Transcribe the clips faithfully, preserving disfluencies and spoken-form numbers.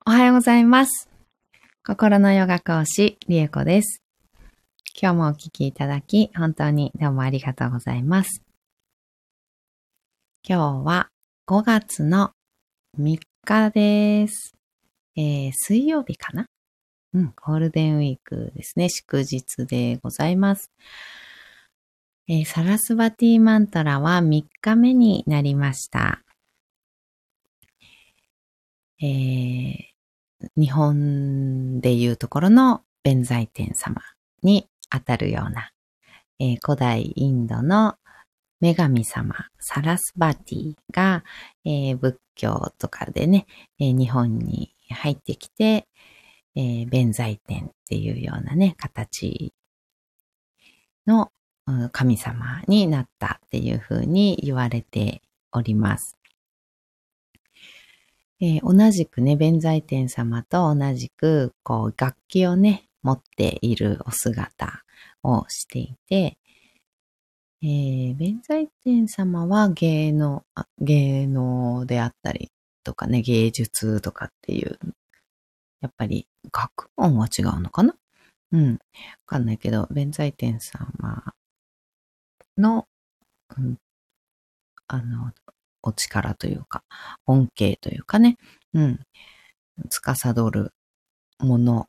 おはようございます。心のヨガ講師、リエコです。今日もお聞きいただき、本当にどうもありがとうございます。今日はごがつのみっかです。えー、水曜日かな？うん、ゴールデンウィークですね。祝日でございます。えー、サラスバティマントラはみっかめになりました。えー、日本でいうところの弁財天様にあたるような、えー、古代インドの女神様サラスバティが、えー、仏教とかでね、えー、日本に入ってきて、えー、弁財天っていうようなね形の神様になったっていうふうに言われております。えー、同じくね、弁財天様と同じく、こう、楽器をね、持っているお姿をしていて、えー、弁財天様は芸能、芸能であったりとかね、芸術とかっていう、やっぱり学問は違うのかな？うん。わかんないけど、弁財天様の、うん、あの、お力というか、恩恵というかね、うん、司るもの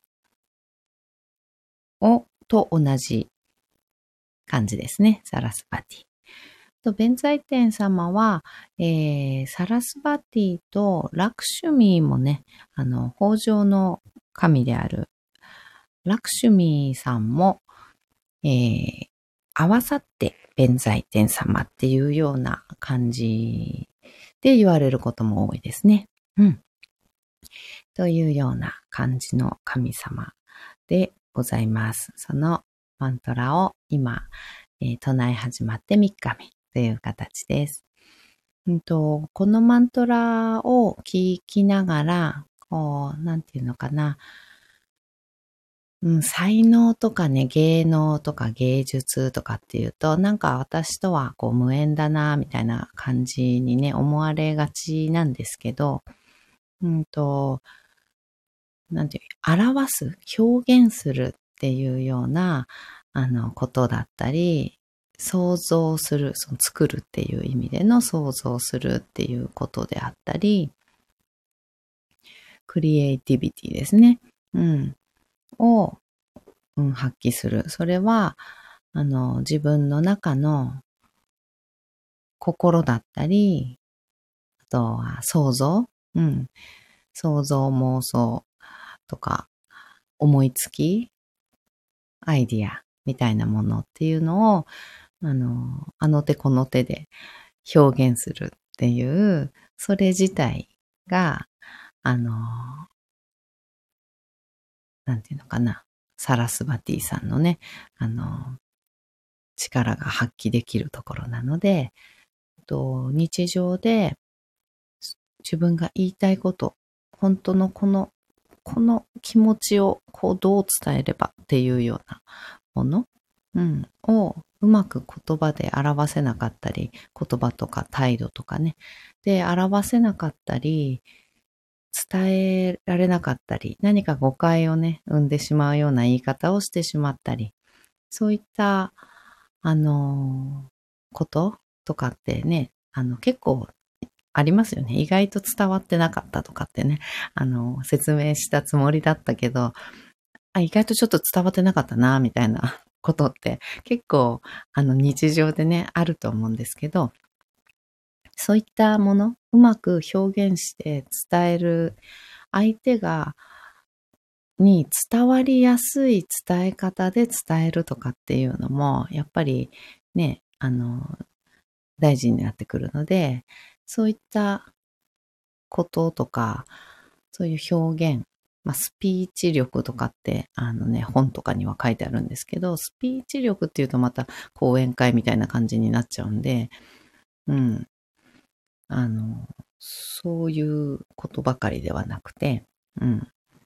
を、と同じ感じですね。サラスバティ。と、弁財天様は、えー、サラスバティとラクシュミーもね、あの、豊穣の神であるラクシュミーさんも、えー、合わさって弁財天様っていうような感じで言われることも多いですね。うん。というような感じの神様でございます。そのマントラを今、えー、唱え始まってみっかめという形です。うんと、このマントラを聞きながら、こう、なんていうのかな、うん、才能とかね、芸能とか芸術とかっていうと、なんか私とはこう無縁だな、みたいな感じにね、思われがちなんですけど、うんと、なんていう、表す、表現するっていうような、あの、ことだったり、想像する、その作るっていう意味での想像するっていうことであったり、クリエイティビティですね。うん。を、うん、発揮する。それは、あの、自分の中の心だったり、あとは想像、うん。想像、妄想とか、思いつき、アイディアみたいなものっていうのを、あの、あの手この手で表現するっていう、それ自体が、あの、なんていうのかな、サラスバティさんのね、あの、力が発揮できるところなので、と日常で自分が言いたいこと、本当のこの、この気持ちをこうどう伝えればっていうようなもの、うん、をうまく言葉で表せなかったり、言葉とか態度とかね、で表せなかったり、伝えられなかったり、何か誤解をね、生んでしまうような言い方をしてしまったり、そういった、あの、こととかってね、あの、結構ありますよね。意外と伝わってなかったとかってね、あの、説明したつもりだったけど、あ、意外とちょっと伝わってなかったな、みたいなことって結構、あの、日常でね、あると思うんですけど、そういったもの、うまく表現して伝える相手が、に伝わりやすい伝え方で伝えるとかっていうのも、やっぱりね、あの、大事になってくるので、そういったこととか、そういう表現、まあ、スピーチ力とかって、あのね、本とかには書いてあるんですけど、スピーチ力っていうとまた講演会みたいな感じになっちゃうんで、うん、あの、そういうことばかりではなくて、うん、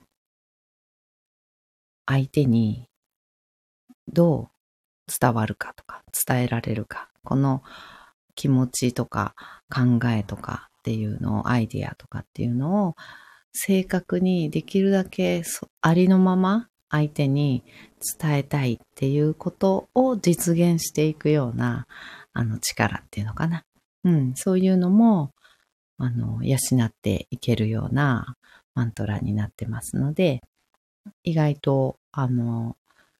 相手にどう伝わるかとか、伝えられるか、この気持ちとか考えとかっていうのを、アイディアとかっていうのを正確にできるだけありのまま相手に伝えたいっていうことを実現していくようなあの力っていうのかな。うん、そういうのもあの養っていけるようなマントラになってますので、意外とあの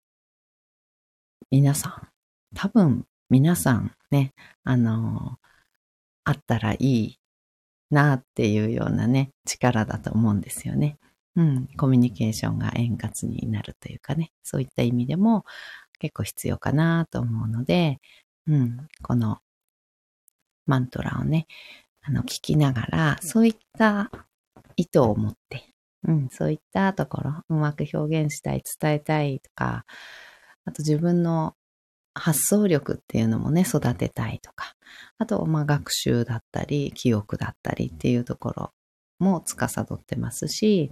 皆さん、多分皆さんね、あのあったらいいなっていうようなね、力だと思うんですよね。うん、コミュニケーションが円滑になるというかね、そういった意味でも結構必要かなと思うので、うん、このマントラをね、あの、聞きながら、そういった意図を持って、うん、そういったところ、うまく表現したい、伝えたいとか、あと自分の発想力っていうのもね、育てたいとか、あと、まあ、学習だったり、記憶だったりっていうところも司ってますし、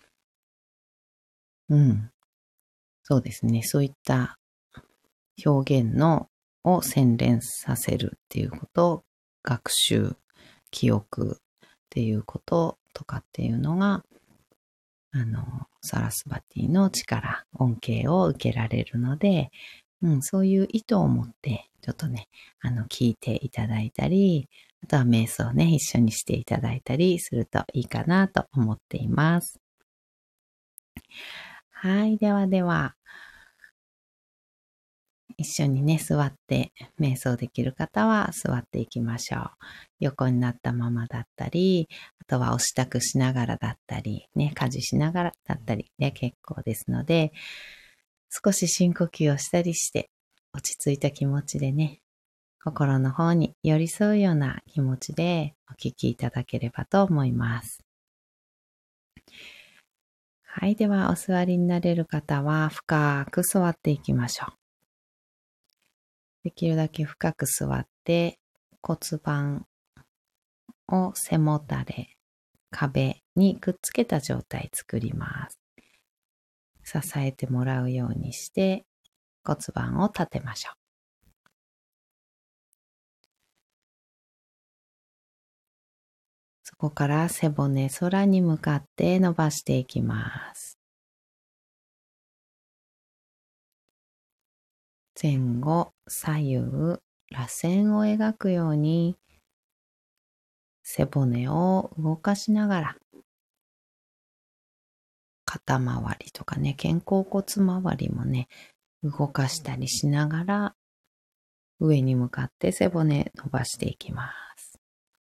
うん、そうですね、そういった表現のを洗練させるっていうこと、学習、記憶っていうこととかっていうのが、あの、サラスバティの力、恩恵を受けられるので、うん、そういう意図を持って、ちょっとね、あの、聞いていただいたり、あとは瞑想をね、一緒にしていただいたりするといいかなと思っています。はい、ではでは、一緒にね、座って瞑想できる方は座っていきましょう。横になったままだったり、あとはお支度しながらだったり、ね、家事しながらだったりで結構ですので、少し深呼吸をしたりして、落ち着いた気持ちでね、心の方に寄り添うような気持ちでお聞きいただければと思います。はい、ではお座りになれる方は深く座っていきましょう。できるだけ深く座って骨盤を背もたれ、壁にくっつけた状態作ります。支えてもらうようにして骨盤を立てましょう。そこから背骨空に向かって伸ばしていきます。前後左右螺旋を描くように背骨を動かしながら肩周りとかね、肩甲骨周りもね、動かしたりしながら上に向かって背骨伸ばしていきます。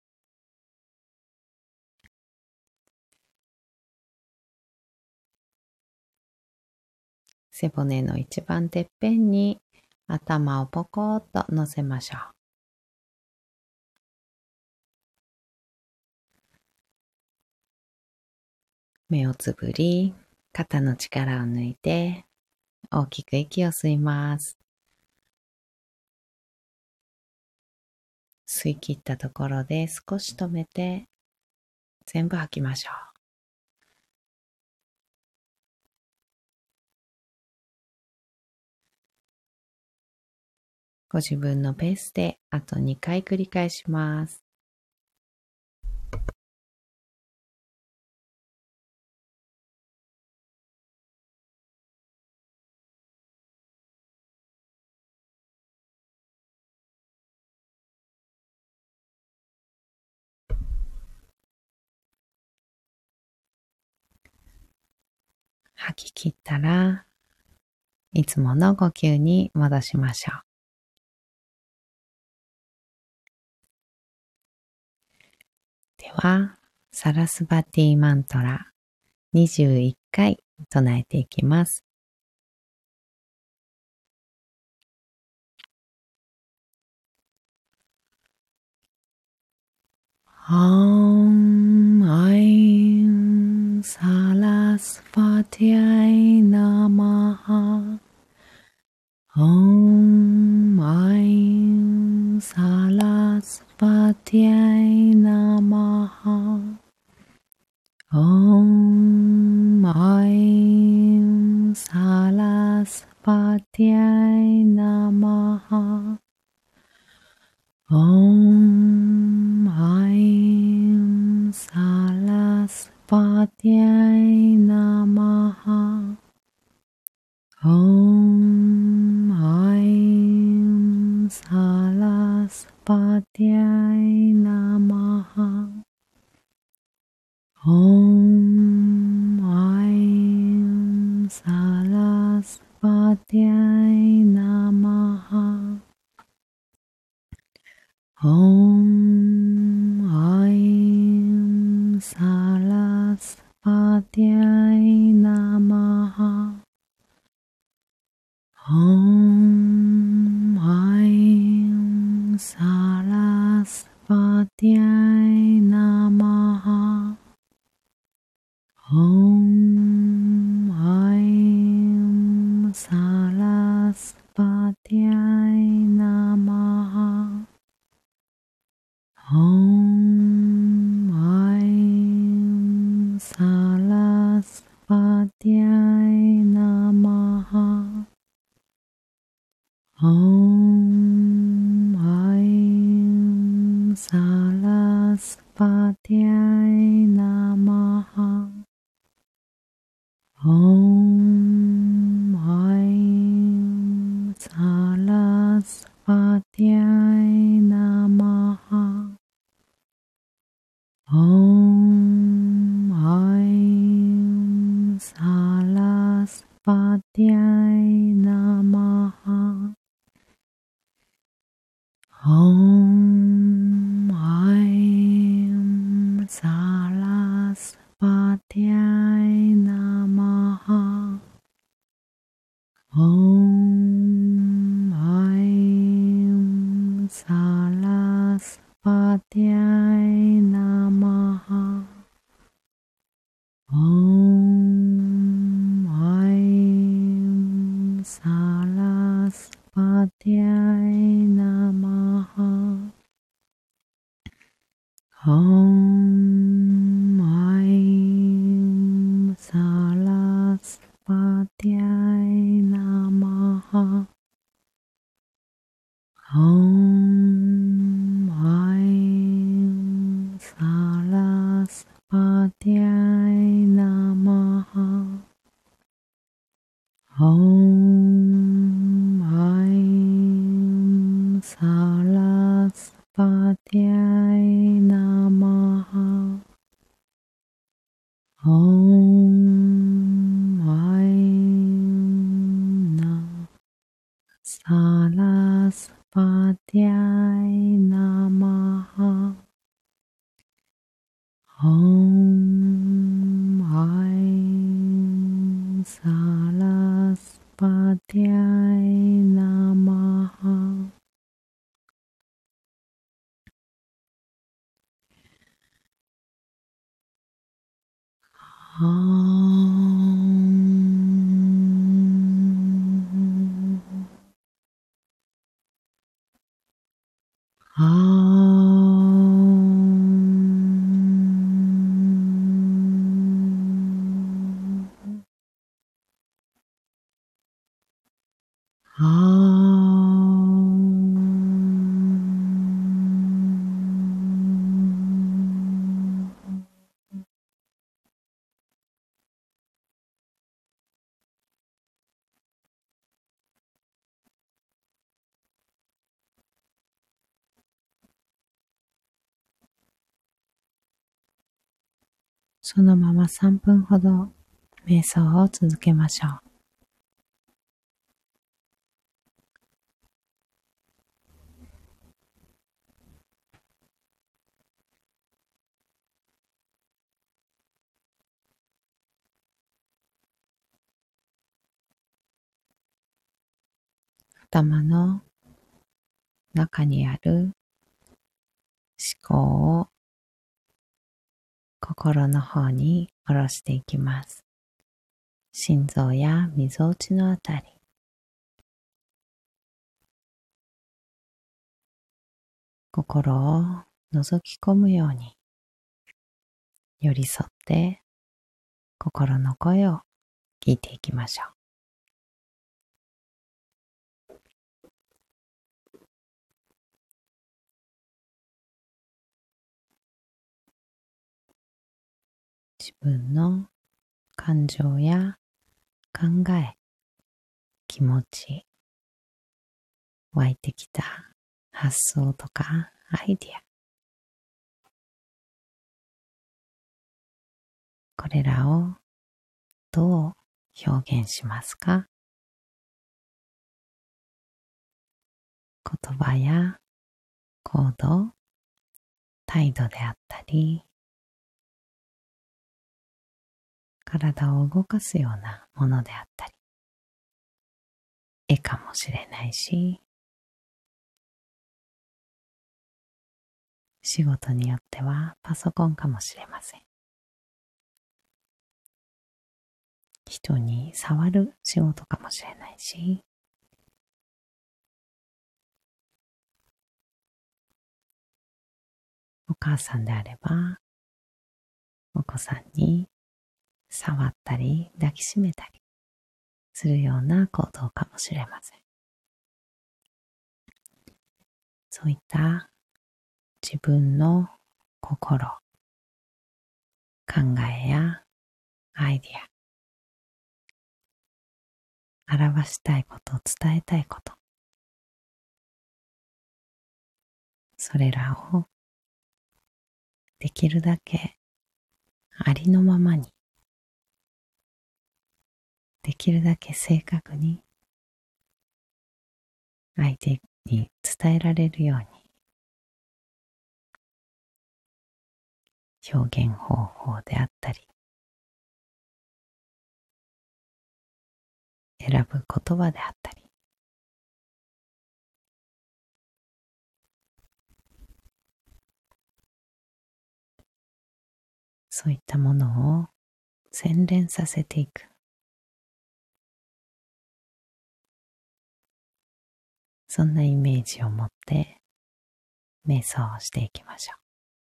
背骨の一番てっぺんに頭をポコッと乗せましょう。目をつぶり、肩の力を抜いて大きく息を吸います。吸い切ったところで少し止めて全部吐きましょう。ご自分のペースであとにかい繰り返します。吐き切ったらいつもの呼吸に戻しましょう。では、サラスバティマントラにじゅういっかい唱えていきます。Om Aim Sarasvatiyai Namaha. Om Aim Sarasvatiyai Namaha. Om Aim Sarasvatiyai Namaha. Om Aim Sarasvatiyai Sarasvatyai Namaha. Om Aim Sarasvatyai Namaha. Om Aim Sarasvatyai Namaha. Om Aim Sarasvatyai Namaha. Om Aim Sarasvatyai Namaha. Om Aim Sarasvatyai Namaha. Om Aim Sarasvatyai Namaha. Om Aim Sarasvatyai Namaha. Om Aim Sarasvatyai Namaha. Om Aim Sarasvatyai Namaha. Om Aim Sarasvatyai Namaha. Om Aim Sarasvatyai Namaha. Om Aim Sarasvatyai Namaha. Om Aim Sarasvatyai Namaha. Om Aim Sarasvatyai Namaha. Om Aim Sarasvatyai Namaha. Om Aim Sarasvatyai Namaha. Om Aim Sarasvatyai Namaha.そのままさんぷんほど瞑想を続けましょう。頭の中にある思考を心の方に下ろしていきます。心臓やみぞおちのあたり、心を覗き込むように寄り添って心の声を聞いていきましょう。 自分の感情や考え、気持ち、湧いてきた発想とかアイディア、これらをどう表現しますか？言葉や行動、態度であったり、体を動かすようなものであったり、絵かもしれないし、仕事によってはパソコンかもしれません。人に触る仕事かもしれないし、お母さんであれば、お子さんに触ったり抱きしめたりするような行動かもしれません。そういった自分の心、考えやアイディア、表したいこと、伝えたいこと、それらをできるだけありのままに、できるだけ正確に相手に伝えられるように、表現方法であったり、選ぶ言葉であったり、そういったものを洗練させていく。そんなイメージを持って瞑想をしていきましょう。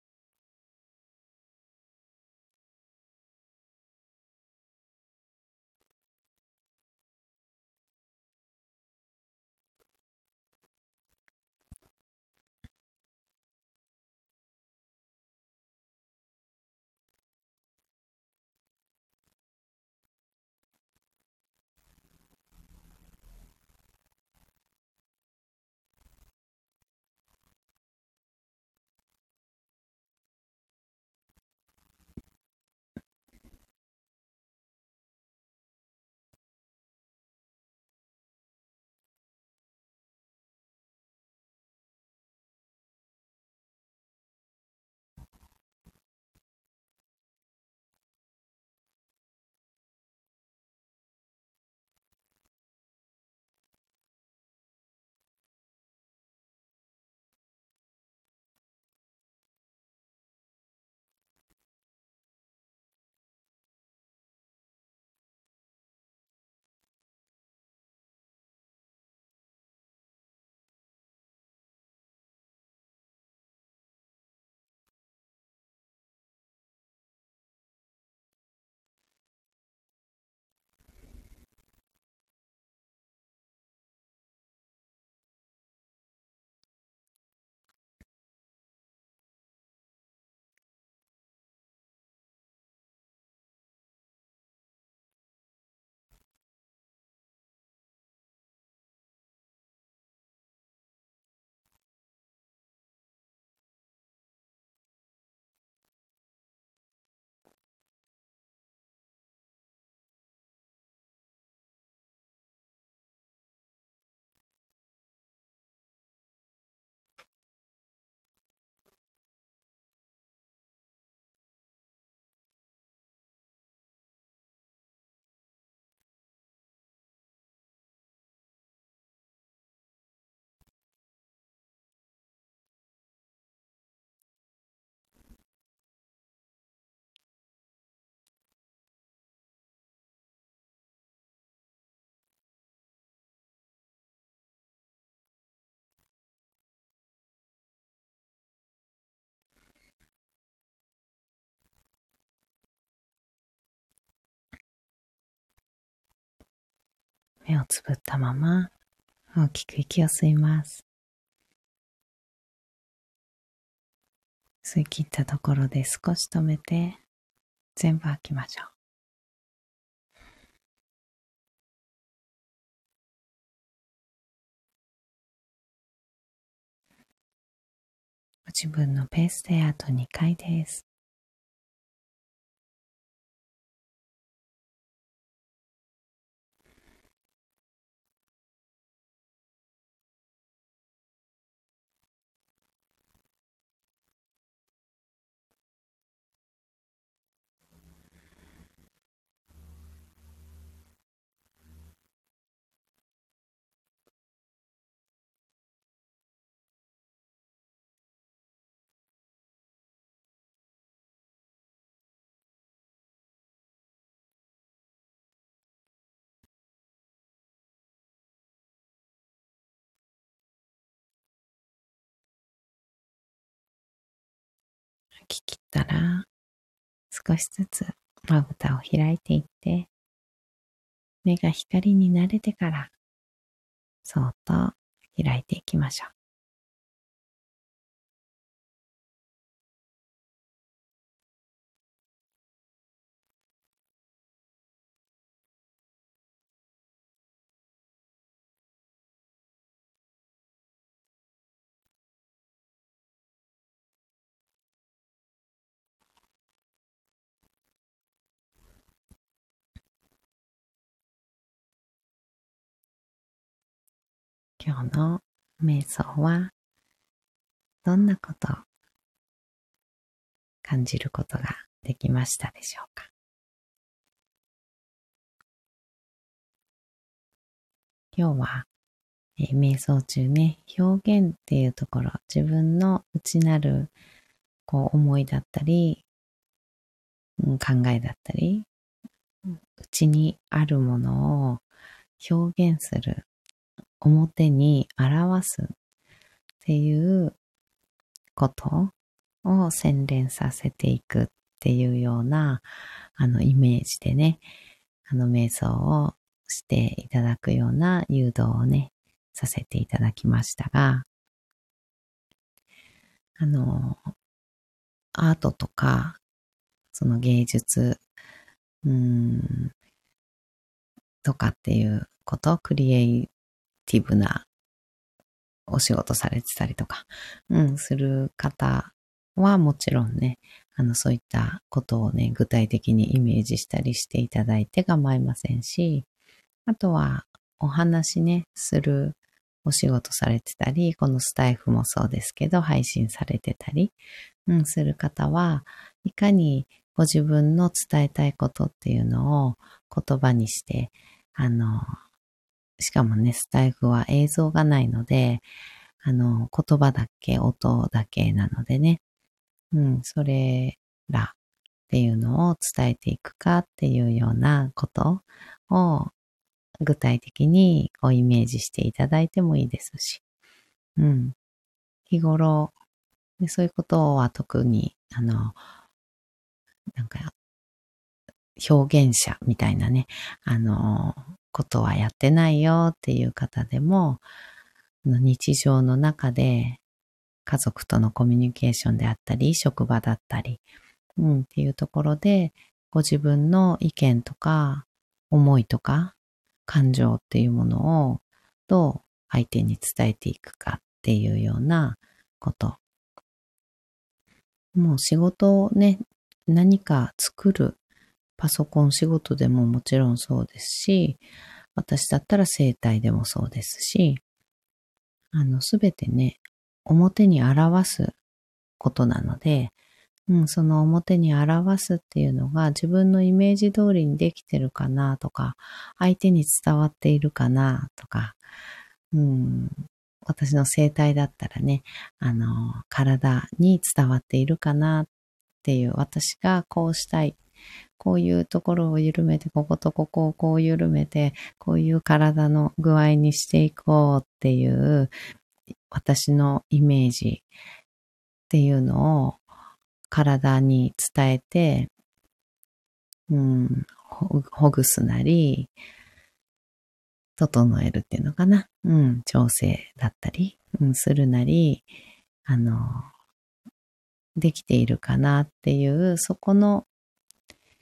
目をつぶったまま大きく息を吸います。吸い切ったところで少し止めて、 全部吐きましょう。ご自分のペースであとにかいです。吐き切ったら、少しずつまぶたを開いていって、目が光に慣れてから、そーっと開いていきましょう。今日の瞑想はどんなことを感じることができましたでしょうか。今日は、えー、瞑想中ね、表現っていうところ、自分の内なるこう思いだったり、うん、考えだったり、内にあるものを表現する、表に表すっていうことを洗練させていくっていうようなあのイメージでね、あの瞑想をしていただくような誘導をね、させていただきましたが、あの、アートとか、その芸術、うーん、とかっていうこと、クリエイティブなお仕事されてたりとか、うん、する方はもちろんね、あの、そういったことをね、具体的にイメージしたりしていただいて構いませんし、あとはお話ね、するお仕事されてたり、このスタイフもそうですけど、配信されてたり、うん、する方は、いかにご自分の伝えたいことっていうのを言葉にして、あの、しかもね、スタイフは映像がないので、あの、言葉だけ、音だけなのでね、うん、それらっていうのを伝えていくかっていうようなことを具体的にこうイメージしていただいてもいいですし、うん、日頃、でそういうことは特に、あの、なんか表現者みたいなね、あの、ことはやってないよっていう方でも、日常の中で家族とのコミュニケーションであったり、職場だったり、うん、っていうところで、ご自分の意見とか、思いとか、感情っていうものをどう相手に伝えていくかっていうようなこと。もう仕事をね、何か作る、パソコン仕事でももちろんそうですし、私だったら整体でもそうですし、あの、すべてね、表に表すことなので、うん、その表に表すっていうのが自分のイメージ通りにできてるかなとか、相手に伝わっているかなとか、うん、私の声帯だったらね、あの、体に伝わっているかなっていう、私がこうしたい。こういうところを緩めて、こことここをこう緩めて、こういう体の具合にしていこうっていう、私のイメージっていうのを体に伝えて、うん、ほ、ほぐすなり、整えるっていうのかな。うん、調整だったり、うん、するなり、あの、できているかなっていう、そこの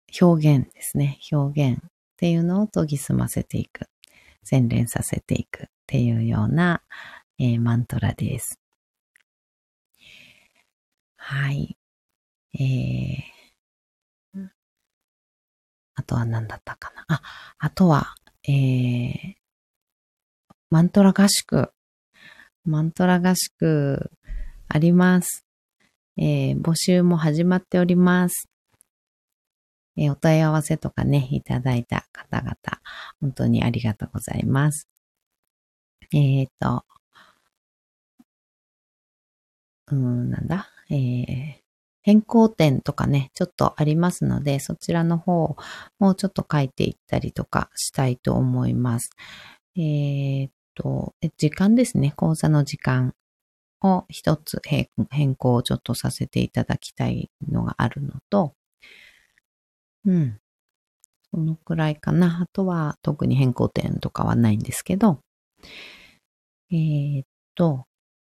表現ですね。表現っていうのを研ぎ澄ませていく。洗練させていくっていうような、えー、マントラです。はい。えー、あとは何だったかな。あ、あとは、えー、マントラ合宿。マントラ合宿あります。えー、募集も始まっております。えー、お問い合わせとかね、いただいた方々、本当にありがとうございます。えっと、うーん、なんだ、えー、変更点とかね、ちょっとありますので、そちらの方もうちょっと書いていったりとかしたいと思います。えっと、時間ですね、講座の時間を一つ変更をちょっとさせていただきたいのがあるのと、うん。そのくらいかな。あとは特に変更点とかはないんですけど、えーっと、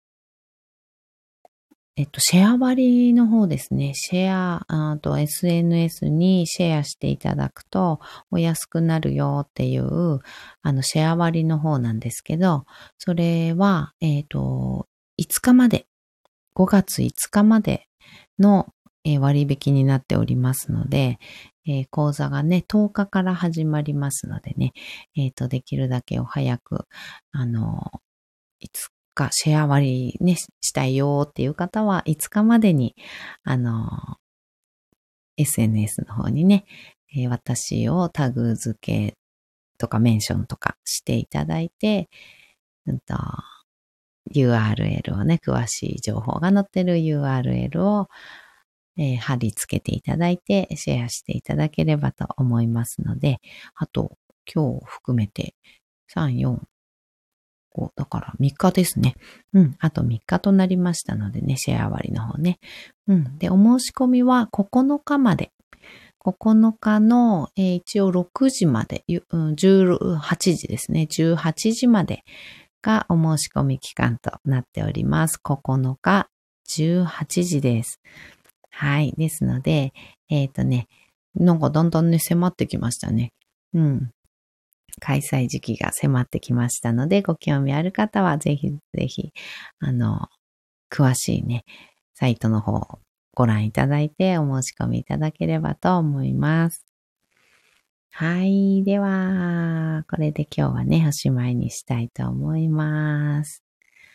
えっと、シェア割の方ですね。シェア、あと エスエヌエス にシェアしていただくとお安くなるよっていう、あの、シェア割の方なんですけど、それは、えっと、いつかまで、ごがついつかまでの割引になっておりますので、えー、講座がね、とおかから始まりますのでね、えっと、できるだけお早く、あの、いつかシェア割ね、したいよっていう方はいつかまでに、あの、エスエヌエス の方にね、えー、私をタグ付けとかメンションとかしていただいて、うんと、ユーアールエル をね、詳しい情報が載ってる ユーアールエル を、えー、貼り付けていただいて、シェアしていただければと思いますので、あと、今日含めて、さん、よん、ご、だからみっかですね。うん、あとみっかとなりましたのでね、シェア割の方ね。うん、で、お申し込みはここのかまで。ここのかの、えー、一応ろくじまで、うん、じゅうはちじですね。じゅうはちじまでがお申し込み期間となっております。ここのか、じゅうはちじです。はい。ですので、えっとね、なんかだんだんね、迫ってきましたね。うん。開催時期が迫ってきましたので、ご興味ある方はぜひぜひ、あの、詳しいね、サイトの方をご覧いただいてお申し込みいただければと思います。はい。では、これで今日はね、おしまいにしたいと思います。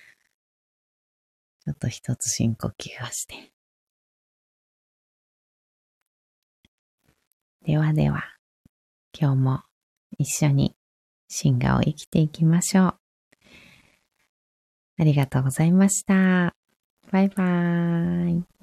ちょっと一つ深呼吸をして。ではでは、今日も一緒に真我を生きていきましょう。ありがとうございました。バイバーイ。